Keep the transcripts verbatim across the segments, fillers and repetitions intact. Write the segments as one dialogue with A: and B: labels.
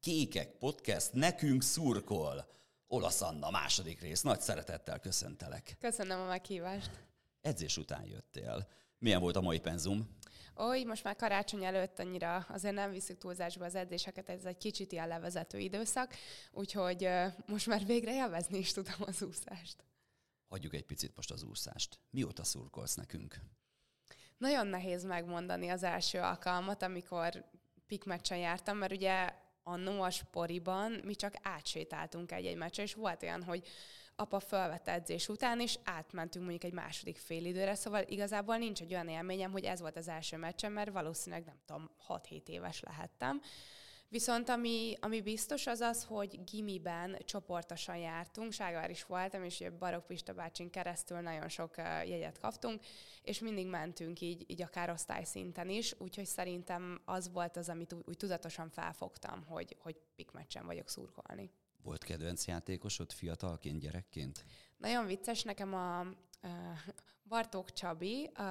A: Kékek Podcast nekünk szurkol. Olasz Anna, második rész. Nagy szeretettel köszöntelek.
B: Köszönöm a meghívást.
A: Edzés után jöttél. Milyen volt a mai penzum?
B: Oly, most már karácsony előtt annyira azért nem visszük túlzásba az edzéseket, ez egy kicsit ilyen levezető időszak, úgyhogy most már végre élvezni is tudom az úszást.
A: Hagyjuk egy picit most az úszást. Mióta szurkolsz nekünk?
B: Nagyon nehéz megmondani az első alkalmat, amikor pikmeccsen jártam, mert ugye annó a sporiban mi csak átsétáltunk egy-egy meccsre, és volt olyan, hogy apa felvett edzés után, és átmentünk mondjuk egy második félidőre, szóval igazából nincs egy olyan élményem, hogy ez volt az első meccsem, mert valószínűleg nem tudom, hat-hét éves lehettem. Viszont ami, ami biztos az az, hogy gimiben csoportosan jártunk, Ságvár is voltam, és Barokk Pista bácsin keresztül nagyon sok jegyet kaptunk, és mindig mentünk így, így akár osztályszinten is, úgyhogy szerintem az volt az, amit úgy, úgy tudatosan felfogtam, hogy, hogy pikmeccsen vagyok szurkolni.
A: Volt kedvenc játékosod fiatalként, gyerekként?
B: Nagyon vicces, nekem a uh, Bartók Csabi, uh,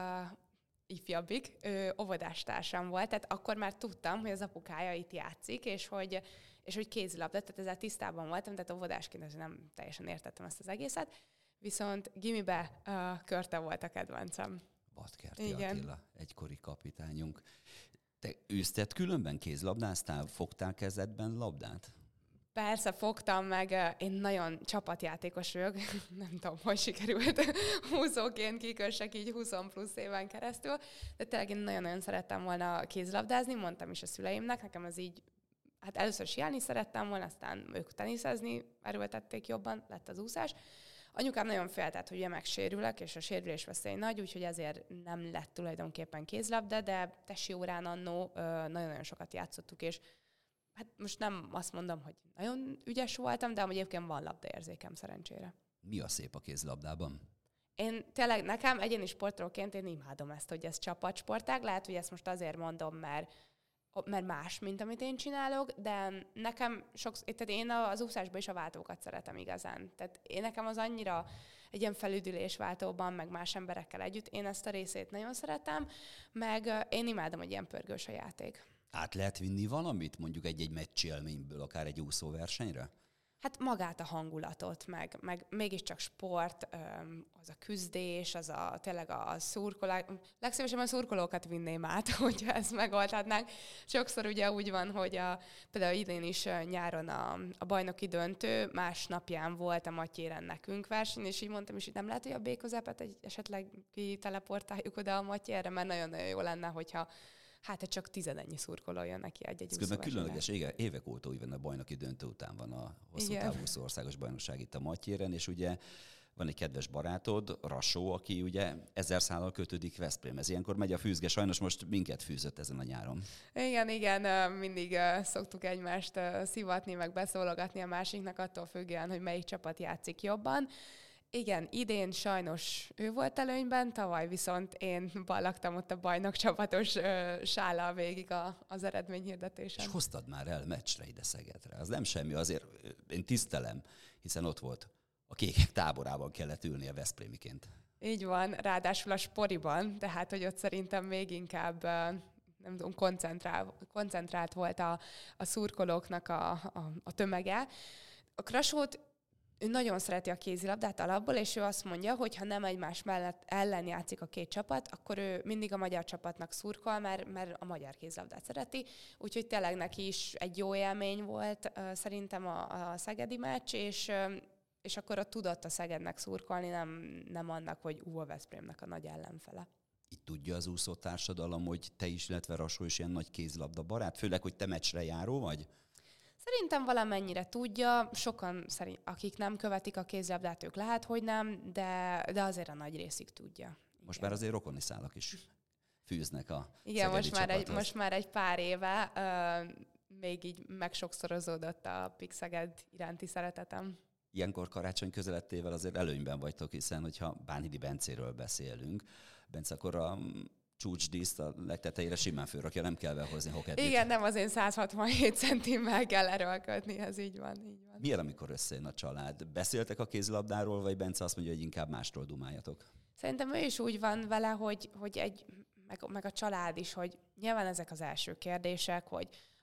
B: ifjabbik, ő óvodástársam volt, tehát akkor már tudtam, hogy az apukája itt játszik, és hogy, és hogy kézilabda, tehát ezzel tisztában voltam, tehát óvodásként azért nem teljesen értettem ezt az egészet, viszont gimibe uh, Körte volt a kedvencem.
A: Badkerti Attila, egykori kapitányunk. Te űzted különben, kézlabdáztál, fogtál kezedben labdát?
B: Persze, fogtam meg, én nagyon csapatjátékos vagyok, nem tudom, hogy sikerült húzóként kikössek így húsz plusz éven keresztül, de tényleg én nagyon-nagyon szerettem volna kézilabdázni, mondtam is a szüleimnek, nekem az így, hát először siálni szerettem volna, aztán ők teniszezni erőltették jobban, lett az úszás. Anyukám nagyon féltett, hogy ugye megsérülök, és a sérülés veszély nagy, úgyhogy ezért nem lett tulajdonképpen kézilabda, de tesi órán annó nagyon-nagyon sokat játszottuk, és hát most nem azt mondom, hogy nagyon ügyes voltam, de amúgy egyébként van labdaérzékem szerencsére.
A: Mi a szép a kézilabdában?
B: Én tényleg, nekem egyéni sportolóként én imádom ezt, hogy ez csapatsportág. Lehet, hogy ezt most azért mondom, mert, mert más, mint amit én csinálok, de nekem sokszor, tehát én az úszásban is a váltókat szeretem igazán. Tehát én nekem az annyira egy ilyen felüdülésváltóban, meg más emberekkel együtt, én ezt a részét nagyon szeretem, meg én imádom, hogy ilyen pörgős a játék.
A: Át lehet vinni valamit, mondjuk egy-egy meccs élményből, akár egy úszóversenyre?
B: Hát magát a hangulatot, meg, meg mégiscsak sport, az a küzdés, az a tényleg a szurkolás. Legszívesebben a szurkolókat vinném át, hogyha ezt megoldhatnánk. Sokszor ugye úgy van, hogy a, például idén is nyáron a, a bajnoki döntő, másnapján volt a Matyéren nekünk verseny, és így mondtam is, hogy nem lehet, hogy a B közepet egy, esetleg kiteleportáljuk oda a Matyérre, mert nagyon-nagyon jó lenne, hogyha hát csak tizedennyi szurkoló jön neki egy-egy úszóversenyre.
A: Különleges évek óta úgy van, a bajnoki döntő után van a hosszú távúszó országos bajnokság itt a Matyéren, és ugye van egy kedves barátod, Rassó, aki ugye ezer szállal kötődik Veszprémhez. Ilyenkor megy a fűzge, sajnos most minket fűzött ezen a nyáron.
B: Igen, igen, mindig szoktuk egymást szivatni, meg beszólogatni a másiknak, attól függően, hogy melyik csapat játszik jobban. Igen, idén sajnos ő volt előnyben, tavaly viszont én ballagtam ott a bajnok csapatos ö, sállal végig a, az eredményhirdetésen.
A: És hoztad már el meccsre ide Szegedre. Az nem semmi, azért én tisztelem, hiszen ott volt. A kékek táborában kellett ülni a veszprémiként.
B: Így van, ráadásul a sporiban, tehát hogy ott szerintem még inkább nem tudom, koncentrál, koncentrált volt a, a szurkolóknak a, a, a tömege. A Krassót ő nagyon szereti a kézilabdát alapból, és ő azt mondja, hogy ha nem egymás mellett ellen játszik a két csapat, akkor ő mindig a magyar csapatnak szurkol, mert, mert a magyar kézilabdát szereti. Úgyhogy tényleg neki is egy jó élmény volt szerintem a, a szegedi meccs, és, és akkor ott tudott a Szegednek szurkolni, nem, nem annak, hogy ú, a Veszprémnek a nagy ellenfele.
A: Itt tudja az úszótársadalom, hogy te is, illetve Rassó is ilyen nagy kézilabda barát, főleg, hogy te meccsre járó vagy?
B: Szerintem valamennyire tudja, sokan, szerint, akik nem követik a kézilabdát, ők lehet, hogy nem, de, de azért a nagy részük tudja.
A: Most
B: igen.
A: Már azért rokoni szálak is fűznek a
B: Igen, most már, egy,
A: csapathoz.
B: most már egy pár éve uh, még így megsokszorozódott a Pik Szeged iránti szeretetem.
A: Ilyenkor karácsony közelettével azért előnyben vagytok, hiszen hogyha Bánhidi Bencéről beszélünk, Bence akkor a csúcsdíszt a legtetejére simán fölrakja, nem kell behozni hokedlit.
B: Igen, nem az én száz hatvanhét centimmel kell erőlködni, ez így van, így van.
A: Milyen, amikor összejön a család? Beszéltek a kézilabdáról, vagy Bence azt mondja, hogy inkább másról dumáljatok?
B: Szerintem ő is úgy van vele, hogy, hogy egy, meg, meg a család is, hogy nyilván ezek az első kérdések, hogy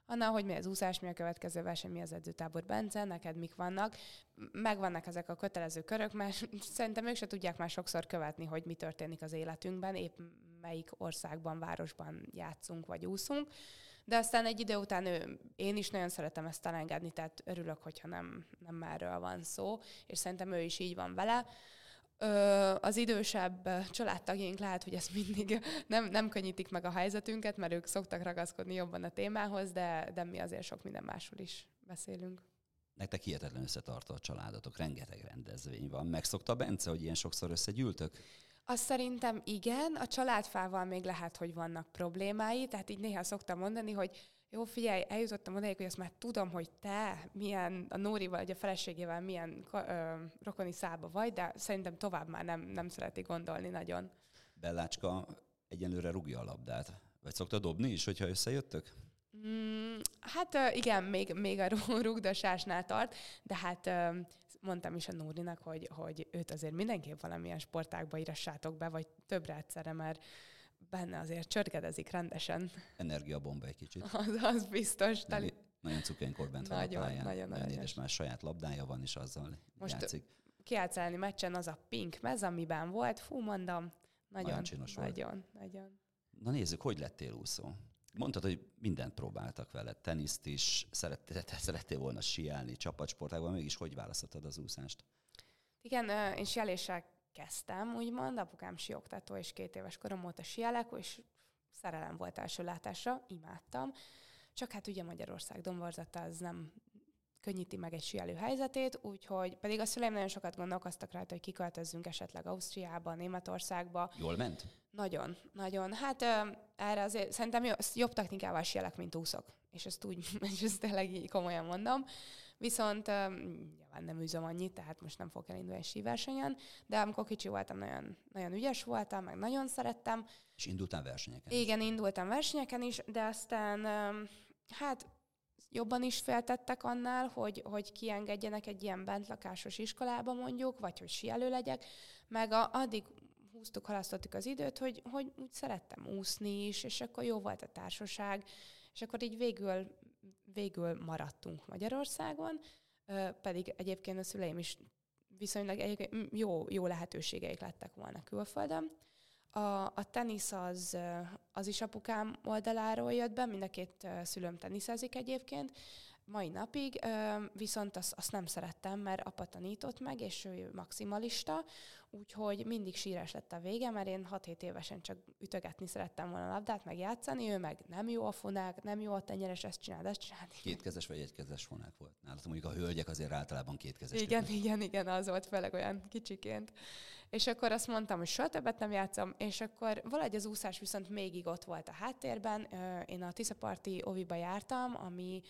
B: Anna, hogy mi az úszás, mi a következő verseny, mi az edzőtábor, Bence, neked mik vannak. Megvannak ezek a kötelező körök, mert szerintem ők se tudják már sokszor követni, hogy mi történik az életünkben, épp melyik országban, városban játszunk vagy úszunk. De aztán egy idő után ő, én is nagyon szeretem ezt elengedni, tehát örülök, hogyha nem, nem erről van szó, és szerintem ő is így van vele. Az idősebb családtagjaink lehet, hogy ezt mindig nem, nem könnyítik meg a helyzetünket, mert ők szoktak ragaszkodni jobban a témához, de, de mi azért sok minden másról is beszélünk.
A: Nektek hihetetlen összetartó a családotok, rengeteg rendezvény van. Megszokta Bence, hogy ilyen sokszor összegyűltök?
B: Azt szerintem igen, a családfával még lehet, hogy vannak problémái, tehát így néha szoktam mondani, hogy jó, figyelj, eljutottam odaig, hogy azt már tudom, hogy te milyen, a Nórival, vagy a feleségével milyen ö, rokoni szába vagy, de szerintem tovább már nem, nem szereti gondolni nagyon.
A: Bellácska egyenlőre rúgja a labdát. Vagy szokta dobni is, hogyha összejöttök?
B: Mm, hát igen, még, még a rúgdosásnál tart, de hát mondtam is a Nórinak, hogy, hogy őt azért mindenképp valamilyen sportágba írassátok be, vagy többre egyszerre, mert benne azért csörgedezik rendesen.
A: Energiabomba egy kicsit.
B: Az, az biztos.
A: Teli... Nagyon cukénkor bent van a pályán. Nagyon, nagyon édes, már saját labdája van, és azzal
B: most
A: játszik.
B: Kijátszálni meccsen az a pink mez, amiben volt, fú, mondom, nagyon,
A: nagyon csinos volt.
B: Nagyon, nagyon.
A: Na nézzük, hogy lettél úszó? Mondtad, hogy mindent próbáltak vele, teniszt is, szerettél, szerettél volna síelni, csapatsportágban, mégis hogy választottad az úszást?
B: Igen, én síeléssel kezdtem, úgymond, apukám síoktató, és két éves korom óta síelek, és szerelem volt első látásra, imádtam. Csak hát ugye Magyarország domborzata az nem könnyíti meg egy síelő helyzetét, úgyhogy pedig a szüleim nagyon sokat gondolkoztak rá, hogy kiköltözzünk esetleg Ausztriába, Németországba.
A: Jól ment?
B: Nagyon, nagyon. Hát erre azért szerintem jobb technikával síelek, mint úszok. És ezt úgy, és ezt tényleg így komolyan mondom. Viszont nyilván nem űzöm annyit, tehát most nem fogok elindulni egy síversenyen, de amikor kicsi voltam, nagyon, nagyon ügyes voltam, meg nagyon szerettem.
A: És indultál versenyeken
B: Igen,
A: is?
B: indultam versenyeken is, de aztán hát jobban is féltettek annál, hogy, hogy kiengedjenek egy ilyen bentlakásos iskolába mondjuk, vagy hogy síelő legyek, meg a, addig húztuk, halasztottuk az időt, hogy, hogy úgy szerettem úszni is, és akkor jó volt a társaság, és akkor így végül, végül maradtunk Magyarországon, pedig egyébként a szüleim is viszonylag jó, jó lehetőségeik lettek volna külföldön. A, a tenisz az, az is apukám oldaláról jött be, mind a két szülőm teniszezik egyébként, mai napig, viszont azt, azt nem szerettem, mert apa tanított meg, és ő maximalista, úgyhogy mindig sírás lett a vége, mert én hat-hét évesen csak ütögetni szerettem volna a labdát, meg játszani, ő meg nem jó a fonák, nem jó a tenyeres, ezt csináld, ezt csináld.
A: Kétkezes vagy egykezes fonák volt nálatok? Mondjuk a hölgyek azért általában kétkezes.
B: Igen, kötnek. igen, igen, az volt főleg olyan kicsiként. És akkor azt mondtam, hogy soha többet nem játszom, és akkor valahogy az úszás viszont mégig ott volt a háttérben. Én a Tiszaparti óviba jártam, ami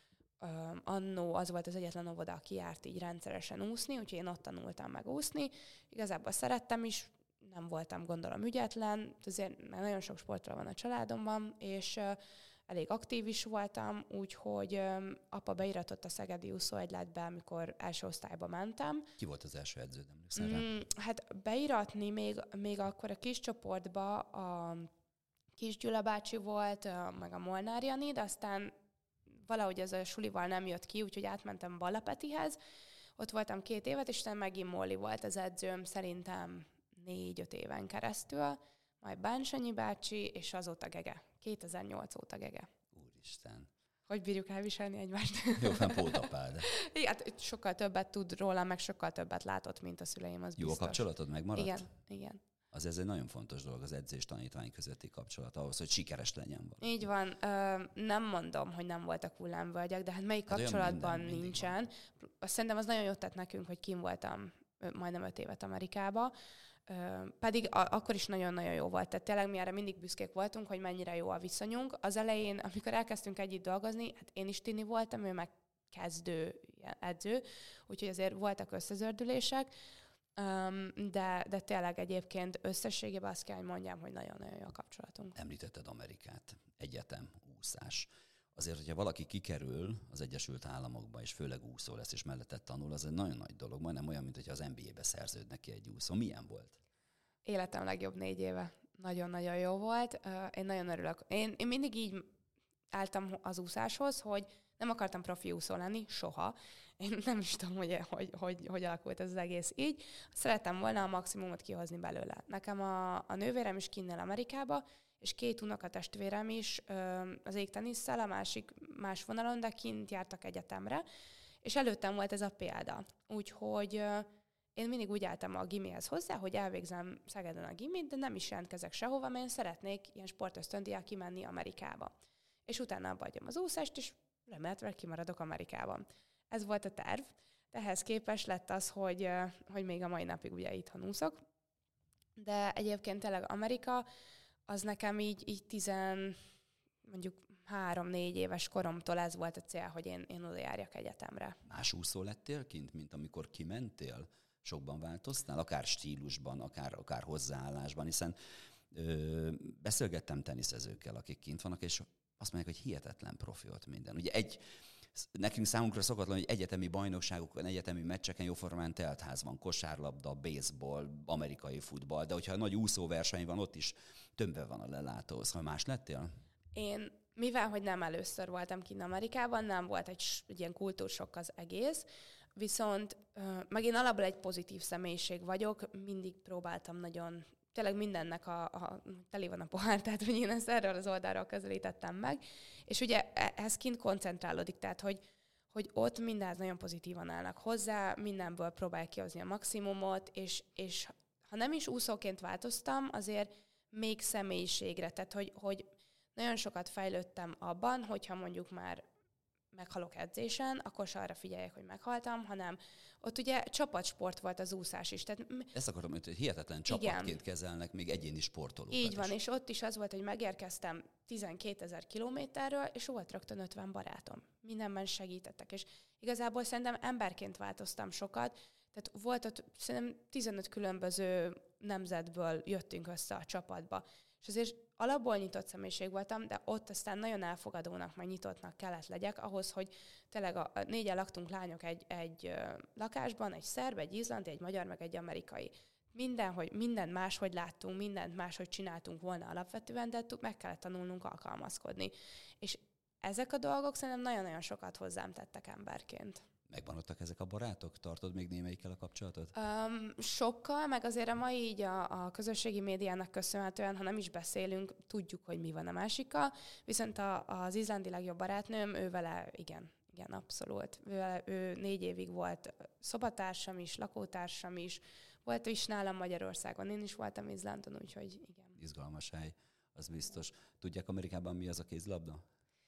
B: Uh, annó az volt az egyetlen óvoda, aki járt így rendszeresen úszni, úgyhogy én ott tanultam meg úszni. Igazából szerettem is, nem voltam gondolom ügyetlen, azért nagyon sok sportra van a családomban, és uh, elég aktív is voltam, úgyhogy um, apa beiratott a Szegedi úszóegyletbe, amikor első osztályba mentem.
A: Ki volt az első edződ, emlékszel rá?
B: Mm, hát beiratni még, még akkor a kis csoportba a Kis Gyula bácsi volt, uh, meg a Molnár Jani, de aztán valahogy ez a sulival nem jött ki, úgyhogy átmentem Balla Petihez. Ott voltam két évet, és utána megint Molly volt az edzőm szerintem négy-öt éven keresztül. Majd Bánsonyi bácsi, és azóta Gege. kétezer-nyolc óta Gege.
A: Úristen.
B: Hogy bírjuk elviselni egymást?
A: Jó, fenn pótapád.
B: Igen, hát sokkal többet tud róla, meg sokkal többet látott, mint a szüleim, az
A: Jó
B: biztos.
A: a kapcsolatod megmaradt?
B: Igen, igen.
A: Az ez egy nagyon fontos dolog, az edzés-tanítvány közötti kapcsolat, ahhoz, hogy sikeres legyen valami.
B: Így van. Ö, nem mondom, hogy nem voltak hullámvölgyek, de hát melyik hát kapcsolatban minden, nincsen. Azt szerintem az nagyon jót tett nekünk, hogy kim voltam majdnem öt évet Amerikába. Ö, pedig a, akkor is nagyon-nagyon jó volt. Tehát tényleg mi erre mindig büszkék voltunk, hogy mennyire jó a viszonyunk. Az elején, amikor elkezdtünk együtt dolgozni, hát én is tini voltam, ő meg kezdő edző, úgyhogy azért voltak összezördülések. Um, de, de tényleg egyébként összességében azt kell, hogy mondjam, hogy nagyon-nagyon jó a kapcsolatunk.
A: Említetted Amerikát, egyetem, úszás. Azért, hogyha valaki kikerül az Egyesült Államokba, és főleg úszó lesz, és mellette tanul, az egy nagyon nagy dolog. Majdnem olyan, mint hogyha az en bé á-be szerződnek ki egy úszó. Milyen volt?
B: Életem legjobb négy éve. Nagyon-nagyon jó volt. Én nagyon örülök. Én, én mindig így álltam az úszáshoz, hogy nem akartam profi úszó lenni, soha. Én nem is tudom, hogy hogy, hogy, hogy alakult ez az egész így. Szerettem volna a maximumot kihozni belőle. Nekem a, a nővérem is kinn él Amerikába, és két unokatestvérem is az égtenisszel, a másik más vonalon, de kint jártak egyetemre, és előttem volt ez a példa. Úgyhogy én mindig úgy álltam a gimihez hozzá, hogy elvégzem Szegeden a gimit, de nem is jelentkezek sehova, mert én szeretnék ilyen sportösztöndíjjal kimenni Amerikába. És utána abba adjam az úszást, és remélhetőleg kimaradok Amerikában. Ez volt a terv. Ehhez képest lett az, hogy, hogy még a mai napig ugye itthon úszok. De egyébként tényleg Amerika, az nekem így, így tizen, mondjuk három-négy éves koromtól ez volt a cél, hogy én, én oda járjak egyetemre.
A: Más úszó lettél kint, mint amikor kimentél? Sokban változtál? Akár stílusban, akár, akár hozzáállásban, hiszen ö, beszélgettem teniszezőkkel, akik kint vannak, és azt mondják, hogy hihetetlen profi volt minden. Ugye egy, nekünk számunkra szokatlan, hogy egyetemi bajnokságokon, egyetemi meccseken jóformán teltház van, kosárlabda, baseball, amerikai futball, de hogyha nagy úszóverseny van, ott is tömve van a lelátó. Szóval más lettél?
B: Én, mivel hogy nem először voltam kint Amerikában, nem volt egy, egy ilyen kultúrsokk az egész, viszont meg én alapból egy pozitív személyiség vagyok, mindig próbáltam nagyon, tényleg mindennek a, a teli van a pohár, tehát hogy én ezt erről az oldalról közelítettem meg, és ugye ez kint koncentrálódik, tehát hogy, hogy ott mindez nagyon pozitívan állnak hozzá, mindenből próbálják kihozni a maximumot, és, és ha nem is úszóként változtam, azért még személyiségre, tehát hogy, hogy nagyon sokat fejlődtem abban, hogyha mondjuk már meghalok edzésen, akkor se arra figyeljek, hogy meghaltam, hanem ott ugye csapatsport volt az úszás is. Tehát,
A: ezt akarom, hogy hihetetlen csapatként igen. kezelnek még egyéni sportolókat.
B: Így van,
A: is.
B: És ott is az volt, hogy megérkeztem tizenkétezer kilométerről, és volt rögtön ötven barátom. Mindenben segítettek, és igazából szerintem emberként változtam sokat, tehát volt ott szerintem tizenöt különböző nemzetből jöttünk össze a csapatba. És azért alapból nyitott személyiség voltam, de ott aztán nagyon elfogadónak, meg nyitottnak kellett legyek ahhoz, hogy tényleg a, a négyen laktunk lányok egy, egy ö, lakásban, egy szerb, egy izlandi, egy magyar, meg egy amerikai. Minden, hogy mindent máshogy láttunk, mindent máshogy csináltunk volna alapvetően, de meg kellett tanulnunk alkalmazkodni. És ezek a dolgok szerintem nagyon-nagyon sokat hozzám tettek emberként.
A: Megmaradtak ezek a barátok? Tartod még némelyikkel a kapcsolatot?
B: Um, sokkal, meg azért a mai így a, a közösségi médiának köszönhetően, ha nem is beszélünk, tudjuk, hogy mi van a másikkal. Viszont a, az izlandi legjobb barátnőm, ő vele, igen, igen, abszolút. Ő, vele, ő négy évig volt szobatársam is, lakótársam is, volt is nálam Magyarországon, én is voltam Izlandon, úgyhogy igen.
A: Izgalmas hely, az biztos. Tudják Amerikában mi az a kézilabda?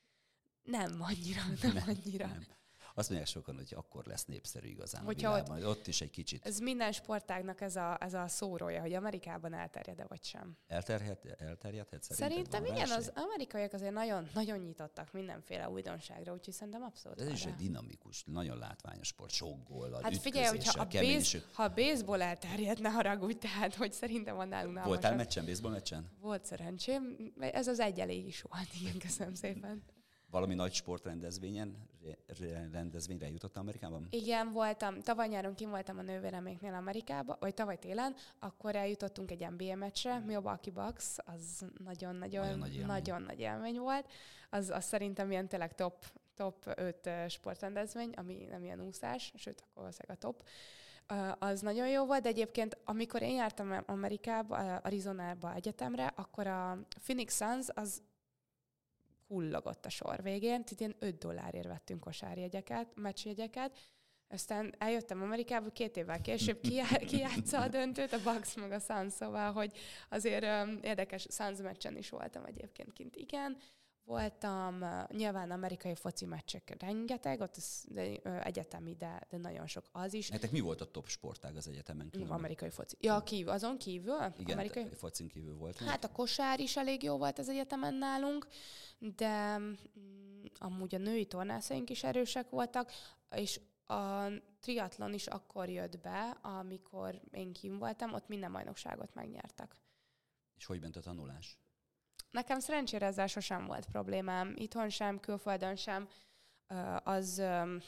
B: Nem annyira, nem, nem annyira. Nem.
A: Azt mondják sokan, hogy akkor lesz népszerű igazán
B: hogyha
A: a világban. Ott, ott is egy kicsit.
B: Ez minden sportágnak ez a, ez a szórója, hogy Amerikában elterjed-e vagy sem.
A: Elterjed, elterjedhet?
B: Szerintem igen, az amerikaiak azért nagyon, nagyon nyitottak mindenféle újdonságra, úgyhogy szerintem abszolút.
A: Ez is egy dinamikus, nagyon látványos sport, sok góllal,
B: hát figyelj, hogyha a, base, ha a baseball elterjed, ne haragudj, tehát hogy szerintem van nálunk.
A: Voltál meccsen, baseball meccsen?
B: Volt szerencsém, ez az egy elég is volt, igen, köszönöm szépen.
A: Valami nagy sportrendezvényen, rendezvényre jutottál Amerikában?
B: Igen, voltam. Tavaly nyáron kim voltam a nővéreméknél Amerikában, vagy tavaly télen, akkor eljutottunk egy en bé á meccsre, Milwaukee Bucks, az nagyon-nagyon nagy, nagyon nagy élmény volt. Az, az szerintem ilyen tényleg top, top öt sportrendezvény, ami nem ilyen úszás, sőt, akkor valószínűleg a top. Az nagyon jó volt, de egyébként amikor én jártam Amerikába, Arizonába egyetemre, akkor a Phoenix Suns az hullogott a sor végén, tehát ilyen öt dollárért vettünk kosárjegyeket, meccsjegyeket, aztán eljöttem Amerikába, két évvel később kijátsza a döntőt, a Bucks meg a Suns, szóval, hogy azért um, érdekes, Suns meccsen is voltam egyébként kint, igen. Voltam uh, nyilván amerikai foci meccsek rengeteg, ott az, de, uh, egyetemi, de, de nagyon sok az is.
A: Nektek mi volt a top sportág az egyetemen?
B: Különben? Amerikai foci. Ja, kívül, azon kívül?
A: Igen,
B: amerikai
A: focin kívül volt.
B: Hát a kosár is elég jó volt az egyetemen nálunk, de mm, amúgy a női tornászaink is erősek voltak, és a triatlon is akkor jött be, amikor én kim voltam, ott minden bajnokságot megnyertek.
A: És hogy ment a tanulás?
B: Nekem szerencsére ezzel sosem volt problémám. Itthon sem, külföldön sem. Az,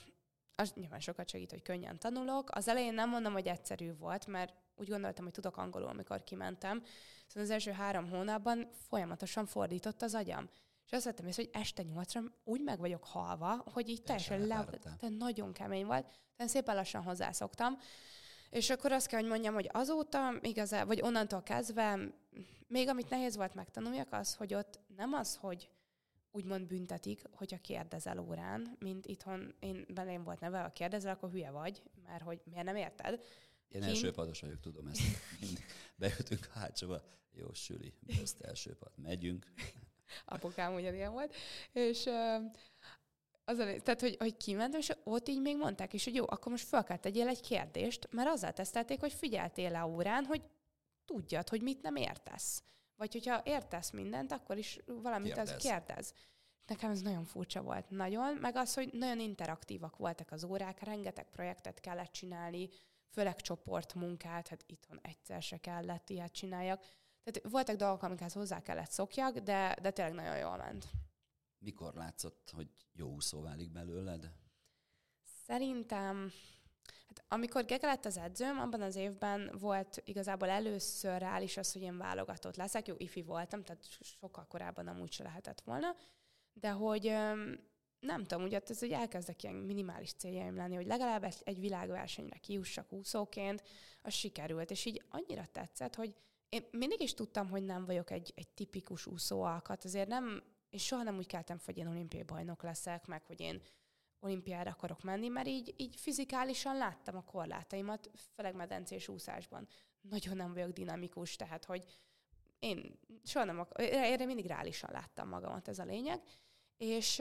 B: az nyilván sokat segít, hogy könnyen tanulok. Az elején nem mondom, hogy egyszerű volt, mert úgy gondoltam, hogy tudok angolul, amikor kimentem. Szóval az első három hónapban folyamatosan fordított az agyam. És azt vettem észre, hogy este nyolcra úgy meg vagyok halva, hogy így teljesen le... Tehát nagyon kemény volt. Tehát szépen lassan hozzászoktam. És akkor azt kell, hogy mondjam, hogy azóta igazán, vagy onnantól kezdve, még amit nehéz volt megtanuljak, az, hogy ott nem az, hogy úgymond büntetik, hogyha kérdezel órán, mint itthon én belém volt neve, ha kérdezel, akkor hülye vagy, mert hogy miért nem érted.
A: Én Kint... első pados vagyok, tudom ezt. Mindig bejöttünk a hátsóba, jó, süli, ezt első pad, megyünk.
B: Apukám ugyanilyen volt. És az a, tehát, hogy, hogy kimentem, és ott így még mondták is, hogy jó, akkor most fel kell tegyél egy kérdést, mert azzal tesztelték, hogy figyeltél le órán, hogy tudjad, hogy mit nem értesz. Vagy hogyha értesz mindent, akkor is valamit kérdez. az kérdez. Nekem ez nagyon furcsa volt. Nagyon. Meg az, hogy nagyon interaktívak voltak az órák, rengeteg projektet kellett csinálni, főleg csoportmunkát, hát itthon egyszer se kellett ilyet csináljak. Tehát voltak dolgok, amikhez hozzá kellett szokjak, de, de tényleg nagyon jól ment.
A: Mikor látszott, hogy jó úszó válik belőled?
B: Szerintem, hát amikor Gege lett az edzőm, abban az évben volt igazából először reális az, hogy én válogatott leszek. Jó, ifi voltam, tehát sokkal korábban amúgy se lehetett volna. De hogy nem tudom, ugye ez, hogy elkezdek ilyen minimális céljaim lenni, hogy legalább egy, egy világversenyre kijussak úszóként, az sikerült. És így annyira tetszett, hogy én mindig is tudtam, hogy nem vagyok egy, egy tipikus úszóalkat. Azért nem, és soha nem úgy keltem, hogy én olimpiai bajnok leszek, meg hogy én olimpiára akarok menni, mert így, így fizikálisan láttam a korlátaimat, főleg medencés úszásban. Nagyon nem vagyok dinamikus, tehát hogy én soha nem akar, én mindig reálisan láttam magamat, ez a lényeg. És,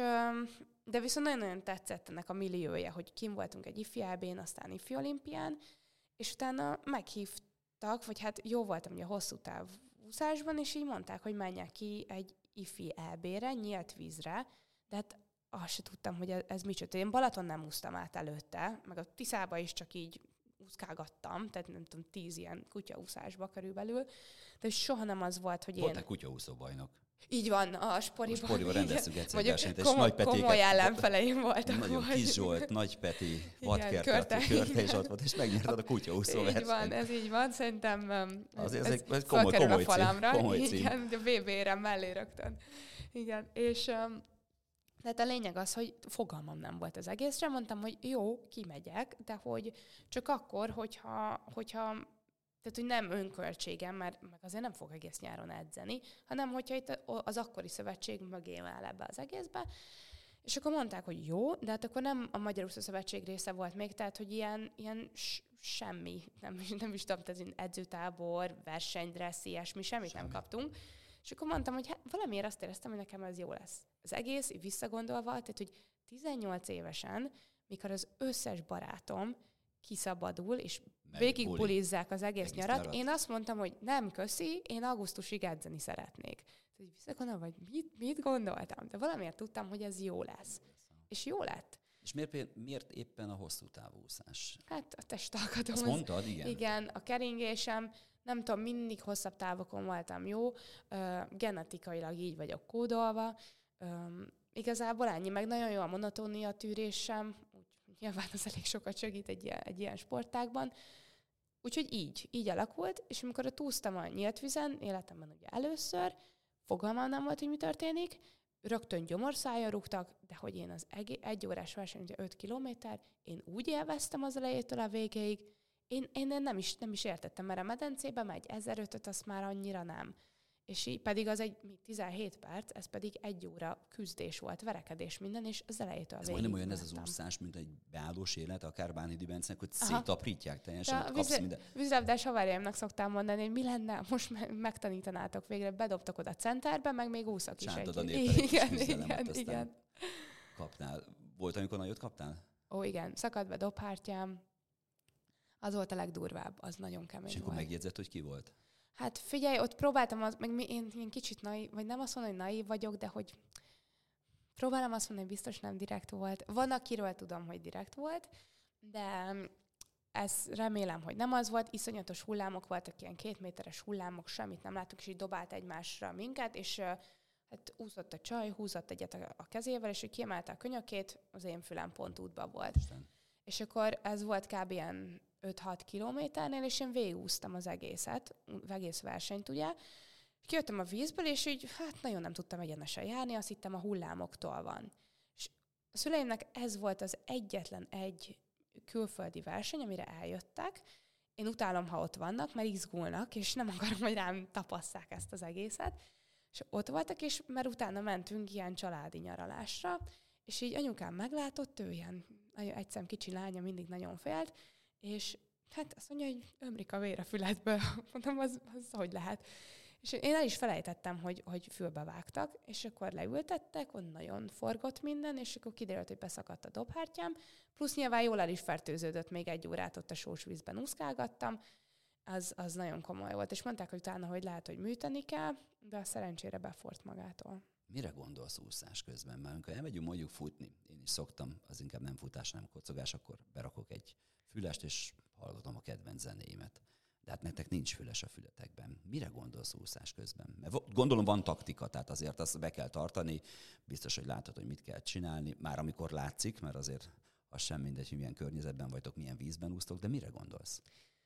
B: de viszont nagyon-nagyon tetszett ennek a milliója, hogy kim voltunk egy ifi é bén, aztán ifi olimpián, és utána meghívtak, vagy hát jó voltam ugye hosszú táv úszásban, és így mondták, hogy menjek ki egy ifi é bére, nyílt vízre, de hát azt se tudtam, hogy ez, ez micsoda. Én Balaton nem úsztam át előtte, meg a Tiszába is csak így úszkálgattam, tehát nem tudom, tíz ilyen kutyaúszásba körülbelül, de soha nem az volt, hogy
A: volt
B: én...
A: egy kutyaúszó bajnok.
B: Így van, a sporiban.
A: A sporiban rendeztük egyszer versenyt, és
B: komoly,
A: Nagy Petéket...
B: Komoly ellenfeleim voltak.
A: Nagyon
B: vagy.
A: Kis Zsolt, Nagy Peti, Vadkertártó Körte is ott volt, és megnyerted a kutyaúszó versenyt.
B: Így van, ez így van, szerintem
A: azért ez, ez egy komoly, komoly, cím, komoly cím.
B: Igen, a vé bé-re mellé rögtön. Igen, és um, tehát a lényeg az, hogy fogalmam nem volt az egészre, mondtam, hogy jó, kimegyek, de hogy csak akkor, hogyha, hogyha tehát, hogy nem önköltségem, mert meg azért nem fog egész nyáron edzeni, hanem hogyha itt az akkori szövetség mögé áll ebbe az egészbe. És akkor mondták, hogy jó, de hát akkor nem a Magyar Úszó Szövetség része volt még, tehát, hogy ilyen, ilyen semmi, nem, nem is tudom, tehát edzőtábor, versenydressz, ilyesmi, semmit semmi. nem kaptunk. És akkor mondtam, hogy hát valamiért azt éreztem, hogy nekem ez jó lesz. Az egész, visszagondolva, tehát, hogy tizennyolc évesen, mikor az összes barátom kiszabadul, és végig bulizzák az egész, egész nyarat. nyarat. Én azt mondtam, hogy nem köszi, én augusztusig edzeni szeretnék. Tehát visszagondolva, hogy mit, mit gondoltam. De valamiért tudtam, hogy ez jó lesz. És jó lett.
A: És miért, miért éppen a hosszú távú úszás?
B: Hát a testalkatom.
A: Azt mondtad, igen?
B: Igen, a keringésem, nem tudom, mindig hosszabb távokon voltam jó. Uh, genetikailag így vagyok kódolva. Um, igazából ennyi, meg nagyon jó a monotónia tűrésem. Nyilván az elég sokat segít egy ilyen, egy ilyen sportágban. Úgyhogy így, így alakult, és amikor ott úsztam a nyílt vízen, életemben ugye először, fogalmam nem volt, hogy mi történik, rögtön gyomorszájjal rúgtak, de hogy én az egy, egy órás verseny, ugye öt kilométer, én úgy élveztem az elejétől a végéig, én, én nem, is, nem is értettem, mert a medencébe megy ezerötöt, azt már annyira nem. És így pedig az egy tizenhét perc, ez pedig egy óra küzdés volt, verekedés minden, és az elejétől a végig. Ez
A: majdnem olyan ez az úszás, mint egy beállós élet, akár Bánhidi Bencenek, hogy szétaprítják teljesen, hogy kapsz minden.
B: Vízilabdás haverjaimnak szoktam mondani, hogy mi lenne, most megtanítanátok végre, bedobtak oda a centerbe, meg még úszak is.
A: Csántod
B: egy.
A: a népelét,
B: igen, igen, igen.
A: Kapnál. Volt, amikor nagyot kaptál?
B: Ó, igen, szakadt be dobhártyám. Az volt a legdurvább, az nagyon kemény.
A: És akkor megjegyzett, hogy ki volt?
B: Hát figyelj, ott próbáltam, az, meg én ilyen kicsit naív, vagy nem azt mondom, hogy naív vagyok, de hogy próbálom azt mondani, hogy biztos nem direkt volt. Van, akiről tudom, hogy direkt volt, de ez remélem, hogy nem az volt. Iszonyatos hullámok voltak, ilyen két méteres hullámok, semmit nem láttuk, és így dobált egymásra minket, és hát úszott a csaj, húzott egyet a kezével, és ő kiemelte a könyökét, az én fülem pont útban volt. Isten. És akkor ez volt kb. Ilyen öt-hat kilométernél, és én végigúztam az egészet, az egész versenyt, ugye. kijöttem a vízből, és így hát nagyon nem tudtam egyenesen járni, azt hittem a hullámoktól van. És a szüleimnek ez volt az egyetlen egy külföldi verseny, amire eljöttek. Én utálom, ha ott vannak, mert izgulnak, és nem akarom, hogy rám tapasszák ezt az egészet. És ott voltak, és mert utána mentünk ilyen családi nyaralásra, és így anyukám meglátott, ő ilyen egy szem kicsi lánya, mindig nagyon félt, és hát azt mondja, hogy ömlik a vér a füledből. Mondom, az, az hogy lehet. És én el is felejtettem, hogy, hogy fülbe vágtak, és akkor leültettek, ott nagyon forgott minden, és akkor kiderült, hogy beszakadt a dobhártyám, plusz nyilván jól el is fertőződött, még egy órát ott a sós vízben úszkálgattam, az, az nagyon komoly volt. És mondták, hogy utána, hogy lehet, hogy műteni kell, de szerencsére befort magától.
A: Mire gondolsz úszás közben? Mert amikor elmegyünk mondjuk futni, én is szoktam, az inkább nem futás, nem kocogás, akkor berakok egy fülest, és hallgatom a kedvenc zenémet. De hát nektek nincs füles a fületekben. Mire gondolsz úszás közben? Mert gondolom van taktika, tehát azért azt be kell tartani, biztos, hogy látod, hogy mit kell csinálni, már amikor látszik, mert azért az sem mindegy, hogy milyen környezetben vagytok, milyen vízben úsztok, de mire gondolsz?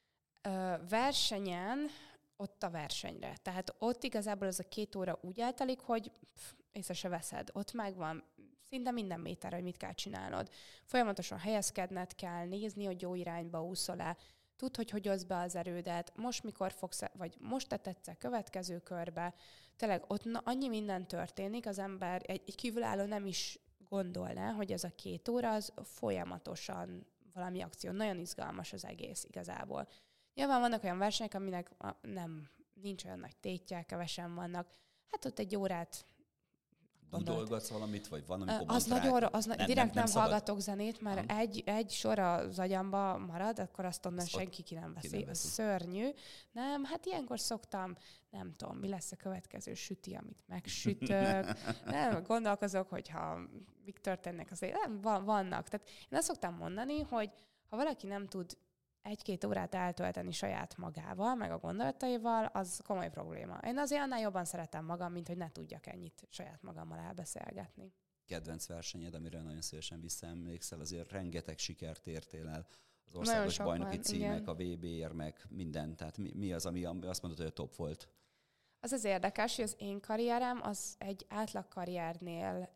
B: Ö, versenyen, ott a versenyre. Tehát ott igazából az a két óra úgy eltelik, hogy pff, észre se veszed. Ott megvan szinte minden méterre, hogy mit kell csinálnod. Folyamatosan helyezkedned kell, nézni, hogy jó irányba úszol-e, tudd, hogy hogy oszd be az erődet, most mikor fogsz, vagy most te tetszek következő körbe. Tényleg ott na, annyi minden történik, az ember, egy, egy kívülálló nem is gondolná, hogy ez a két óra az folyamatosan valami akció. Nagyon izgalmas az egész igazából. Nyilván vannak olyan versenyek, aminek nem, nincs olyan nagy tétje, kevesen vannak. Hát ott egy órát
A: Dudolgatsz valamit, vagy van, amikor
B: az
A: mantrák?
B: nagyon, az nem, direkt nem, nem, nem hallgatok zenét, mert
A: nem.
B: egy, egy sor az agyamba marad, akkor azt onnan
A: Azt
B: senki ki nem veszi.
A: Ki nem veszi.
B: Szörnyű. Nem, hát ilyenkor szoktam, nem tudom, mi lesz a következő süti, amit megsütök. Nem, gondolkozok, hogyha mik történnek azért. Nem, vannak. Tehát én azt szoktam mondani, hogy ha valaki nem tud egy-két órát eltölteni saját magával, meg a gondolataival, az komoly probléma. Én azért annál jobban szeretem magam, mint hogy ne tudjak ennyit saját magammal elbeszélgetni.
A: Kedvenc versenyed, amire nagyon szívesen visszaemlékszel, azért rengeteg sikert értél el, az országos bajnoki
B: van,
A: címek,
B: igen.
A: a vé bé érmek, minden. Tehát mi, mi az, ami azt mondod, hogy a top volt?
B: Az az érdekes, hogy az én karrierem az egy átlag karriernél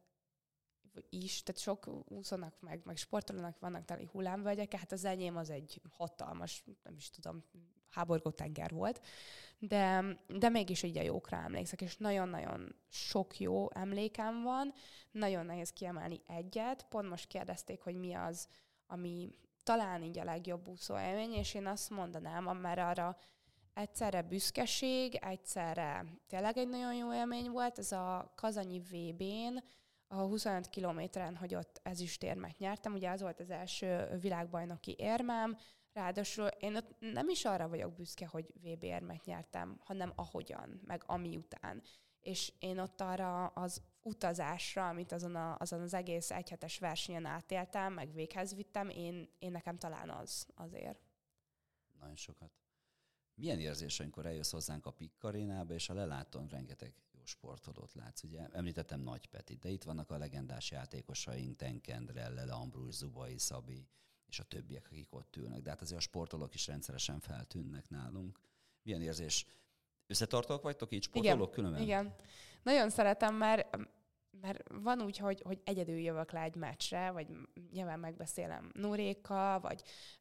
B: is, tehát sok úszónak, meg, meg sportolónak vannak teli hullámvölgyek, hát az enyém az egy hatalmas, nem is tudom, háborgó tenger volt, de, de mégis így a jókra emlékszek, és nagyon-nagyon sok jó emlékem van, nagyon nehéz kiemelni egyet, pont most kérdezték, hogy mi az, ami talán így a legjobb úszó élmény, és én azt mondanám, mert arra egyszerre büszkeség, egyszerre tényleg egy nagyon jó élmény volt, ez a kazanyi vé bén, a huszonöt kilométeren, hogy ott ezüstérmet nyertem, ugye az volt az első világbajnoki érmem, ráadásul én ott nem is arra vagyok büszke, hogy vé bé érmet nyertem, hanem ahogyan, meg ami után. És én ott arra az utazásra, amit azon, a, azon az egész egyhetes versenyen átéltem, meg véghez vittem, én, én nekem talán az azért.
A: Nagyon sokat. Milyen érzés, amikor eljössz hozzánk a Pikk Arénába, és a lelátón rengeteg jó sportolót látsz? Ugye említettem Nagy Petit, de itt vannak a legendás játékosaink, Tenkendre, Lele Ambrus, Zubai Szabi, és a többiek, akik ott ülnek. De hát azért a sportolók is rendszeresen feltűnnek nálunk. Milyen érzés? Összetartók vagytok így sportolók
B: igen,
A: különben?
B: Igen. Nagyon szeretem, mert, mert van úgy, hogy, hogy egyedül jövök le egy meccsre, vagy nyilván megbeszélem Nórékkal, vagy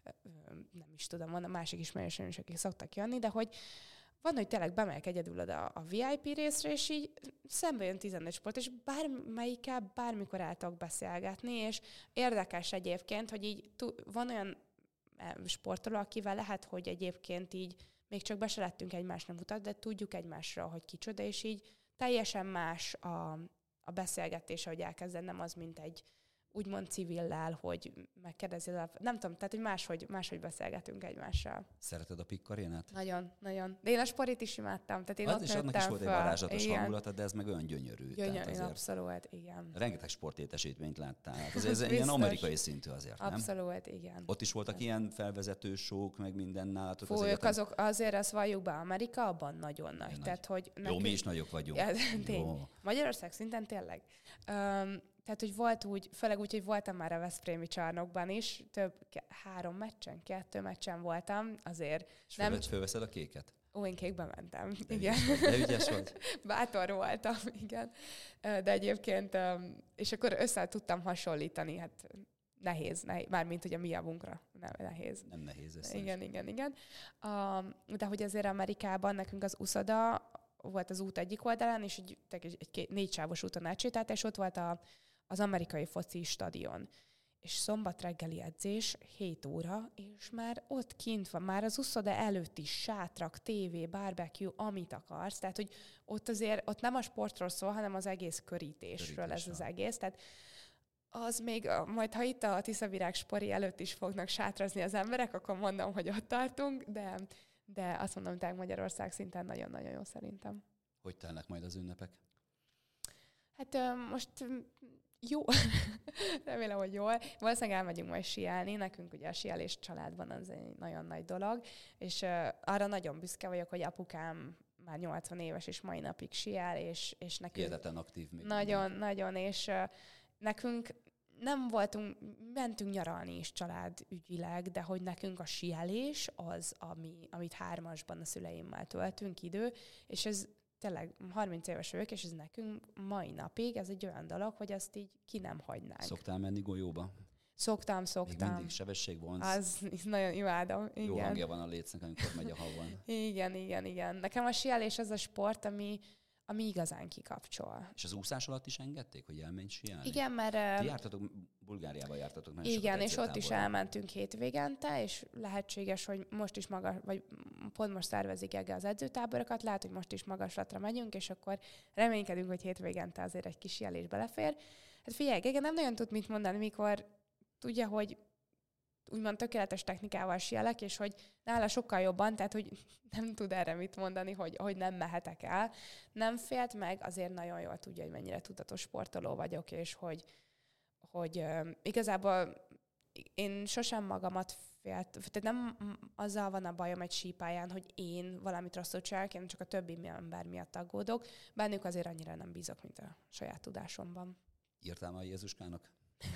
B: nem is tudom, van a másik ismerősöm is, akik szoktak jönni, de hogy van, hogy tényleg bemegyek egyedül oda a vé i pé részre, és így szembe jön tizenöt sport, és bármelyikkel bármikor el tudok beszélgetni, és érdekes egyébként, hogy így van olyan sportoló, akivel lehet, hogy egyébként így még csak be se lettünk egymásnak mutatni, de tudjuk egymásra, hogy kicsoda, és így teljesen más a, a beszélgetés, hogy elkezded, nem az, mint egy úgymond civillel, hogy megkérdezed, nem tudom, tehát hogy máshogy, máshogy beszélgetünk egymással.
A: Szereted a Pikk Arénát?
B: Nagyon, nagyon. De én a sport is imádtam, tehát én
A: az
B: ott
A: is annak is volt egy varázslatos hangulata, de ez meg olyan gyönyörű.
B: Gyönyörű, abszolút, igen.
A: Rengeteg sportlétesítményt láttál. Hát azért ez ilyen amerikai szintű azért, nem?
B: Abszolút, igen.
A: Ott is voltak igen. ilyen felvezető sók, meg minden nálatok.
B: Fú, ők azok, azért azt valljuk be, Amerika abban nagyon nagy.
A: nagy.
B: Tehát, hogy
A: nekünk... Jó, mi is nagyok vagyunk.
B: Ja, tény. Magyarország szinten tényleg. Um, Tehát, hogy volt úgy, főleg úgy, hogy voltam már a veszprémi csarnokban is, több, három meccsen, kettő meccsen voltam, azért.
A: És nem... fölveszed a kéket?
B: Ó, én kékbe mentem,
A: De
B: igen.
A: Ügyes vagy, de ügyes vagy.
B: Bátor voltam, igen. De egyébként, és akkor össze tudtam hasonlítani, hát nehéz, nehéz mármint hogy a mi javunkra, nem nehéz.
A: Nem nehéz össze.
B: Igen, igen, igen. De hogy azért Amerikában nekünk az uszoda volt az út egyik oldalán, és egy, egy, egy négy sávos úton átsétált, és ott volt a, az amerikai foci stadion. És szombat reggeli edzés, hét óra, és már ott kint van, már az uszoda előtt is sátrak, tévé, barbecue, amit akarsz. Tehát, hogy ott azért, ott nem a sportról szól, hanem az egész körítésről Körítés, ez az egész. Tehát az még, majd ha itt a Tiszavirág Spori előtt is fognak sátrazni az emberek, akkor mondom, hogy ott tartunk, de, de azt mondom, hogy Magyarország szinten nagyon-nagyon jó szerintem.
A: Hogy telnek majd az ünnepek?
B: Hát most jó. Remélem, hogy jól. Valószínűleg elmegyünk majd síelni. Nekünk ugye a síelés családban az egy nagyon nagy dolog, és arra nagyon büszke vagyok, hogy apukám már nyolcvan éves, és mai napig síel, és, és nekünk...
A: Hihetetlen aktív még.
B: Nagyon, minden. nagyon, és nekünk nem voltunk, mentünk nyaralni is családügyileg, de hogy nekünk a síelés az, ami, amit hármasban a szüleimmel töltünk idő, és ez tényleg harminc éves vagyok, és ez nekünk mai napig, ez egy olyan dolog, hogy azt így ki nem hagynánk.
A: Szoktál menni golyóba?
B: Szoktam, szoktam.
A: Még mindig sebességvonz.
B: Az nagyon imádom, igen.
A: Jó hangja van a lécnek, amikor megy a havon.
B: Igen, igen, igen. Nekem a síelés az a sport, ami, ami igazán kikapcsol.
A: És az úszás alatt is engedték, hogy elmenj síelni?
B: Igen, mert...
A: Ti jártatok, Bulgáriába jártatok.
B: Igen, és ott is elmentünk hétvégente, és lehetséges, hogy most is magas, vagy pont most szervezik Ege az edzőtáborokat, lehet, hogy most is magaslatra megyünk, és akkor reménykedünk, hogy hétvégente azért egy kis síelés belefér. Hát figyelj, Ege nem nagyon tud mit mondani, mikor tudja, hogy úgymond tökéletes technikával síelek, és hogy nála sokkal jobban, tehát hogy nem tud erre mit mondani, hogy, hogy nem mehetek el. Nem félt meg, azért nagyon jól tudja, hogy mennyire tudatos sportoló vagyok, és hogy, hogy uh, igazából én sosem magamat félt, tehát nem azzal van a bajom egy sípályán, hogy én valamit rosszul csinálok, én csak a többi ember miatt aggódok. Bennük azért annyira nem bízok, mint a saját tudásomban.
A: Írtál már Jézuskának?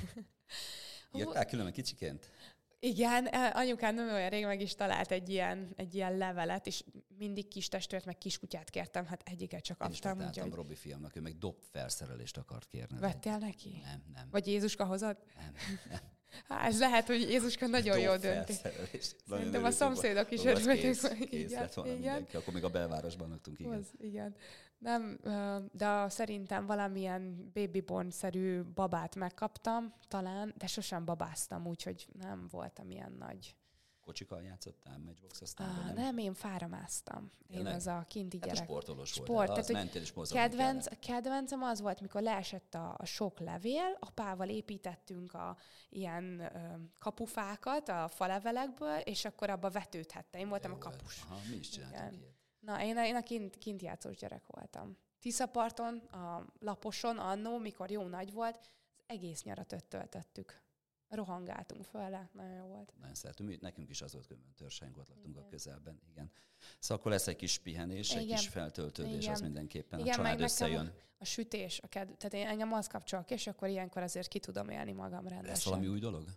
A: Írtál különben kicsiként?
B: Igen, anyukám nem olyan rég meg is talált egy ilyen, egy ilyen levelet, és mindig kis testvért, meg kiskutyát kértem, hát egyiket csak kaptam.
A: Én is
B: úgy,
A: Robi fiamnak, ő meg dob felszerelést akart kérni.
B: Vettél neki?
A: Nem, nem.
B: Vagy Jézuska hozott?
A: Nem, nem.
B: Hát ez lehet, hogy Jézuska nagyon
A: dob
B: jó döntés. Szerintem a szomszédok is örültek.
A: Kész, kész lett volna mindenki, akkor még a belvárosban laktunk, igen.
B: Hoz, igen. Nem, de szerintem valamilyen babyborn-szerű babát megkaptam, talán, de sosem babáztam, úgyhogy nem voltam ilyen nagy.
A: Kocsikkal játszottál, matchbox-oztál?
B: Ah, nem? nem, én fára másztam. Én az a kinti gyerek.
A: Hát a sportolós
B: Sport,
A: voltál,
B: tehát,
A: az mentél és mozogni
B: kedvenc, a kedvencem az volt, mikor leesett a, a sok levél, apával építettünk a ilyen ö, kapufákat a falevelekből, és akkor abba vetődhette. Én voltam
A: jó,
B: a kapus.
A: Aha, mi is csináltunk ilyet.
B: Na, én a, én a kint, kint játszós gyerek voltam. Tiszaparton, a Laposon, annó, mikor jó nagy volt, az egész nyarat ott töltöttük. Rohangáltunk föl, nagyon jó volt.
A: Nagyon szeretünk, nekünk is az volt különben törzseink, ott laktunk a közelben, igen. Szóval akkor lesz egy kis pihenés, igen. Egy kis feltöltődés, igen. Az mindenképpen igen, a család összejön. A,
B: a sütés, a kedv... tehát én engem az kapcsol, és akkor ilyenkor azért ki tudom élni magam rendesen.
A: Lesz valami új dolog?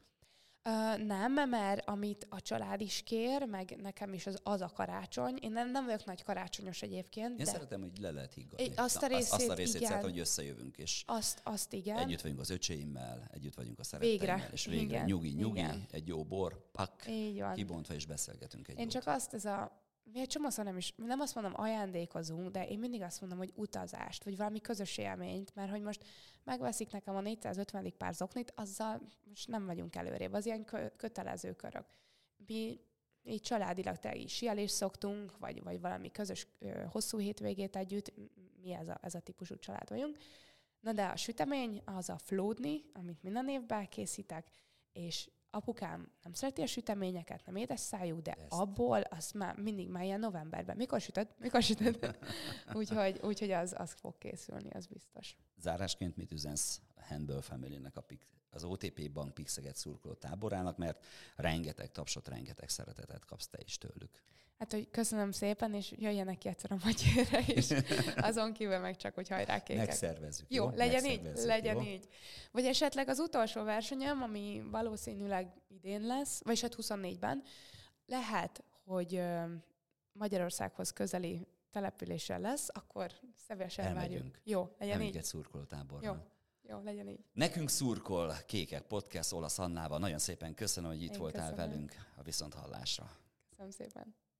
B: Uh, nem, mert amit a család is kér, meg nekem is az, az a karácsony. Én nem, nem vagyok nagy karácsonyos egyébként.
A: Én
B: de
A: szeretem, hogy le lehet higgadni.
B: Egy, azt a részét,
A: azt a részét
B: igen.
A: szeretem, hogy összejövünk, és
B: azt, azt igen.
A: Együtt vagyunk az öcséimmel, együtt vagyunk a szeretteimmel, végre. És végre igen. nyugi, nyugi, igen. Egy jó bor, pak, kibontva, és beszélgetünk egy
B: Én jót. Csak azt, ez a mi egy csomószor nem is, nem azt mondom ajándékozunk, de én mindig azt mondom, hogy utazást, vagy valami közös élményt, mert hogy most megveszik nekem a négyszázötven pár zoknit, azzal most nem vagyunk előrébb, az ilyen kö- kötelező körök. Mi így családilag te is síelést szoktunk, vagy, vagy valami közös ö, hosszú hétvégét együtt, mi ez a, ez a típusú család vagyunk. Na de a sütemény az a flódni, amit minden évben készítek, és apukám nem szereti a süteményeket, nem édes szájú, de Ezt. abból azt már mindig már ilyen novemberben. Mikor sütöd? Mikor sütöd? úgyhogy, úgyhogy az, az fog készülni, az biztos.
A: Zárásként mit üzensz a Handball Family-nek, a az o té pé Bank Pixeget szurkoló táborának, mert rengeteg tapsot, rengeteg szeretetet kapsz te is tőlük.
B: Hát, hogy köszönöm szépen, és jöjjenek ki egyszer a Matyérre is. Azon kívül meg csak, hogy hajrá kékek.
A: Megszervezzük.
B: Jó,
A: jó?
B: legyen így, legyen
A: jó?
B: így. Vagy esetleg az utolsó versenyem, ami valószínűleg idén lesz, vagy hát huszonnégyben, lehet, hogy Magyarországhoz közeli településsel lesz, akkor szívesen
A: Elmegyünk.
B: várjuk. Jó, legyen
A: Elmegyünk
B: így.
A: egy szurkolótáborra.
B: Jó. Jó, legyen így.
A: Nekünk szurkol Kékek Podcast Olasz Annával. Nagyon szépen köszönöm, hogy itt
B: Én
A: voltál
B: köszönöm.
A: velünk a viszonthallásra.
B: Köszönöm szépen.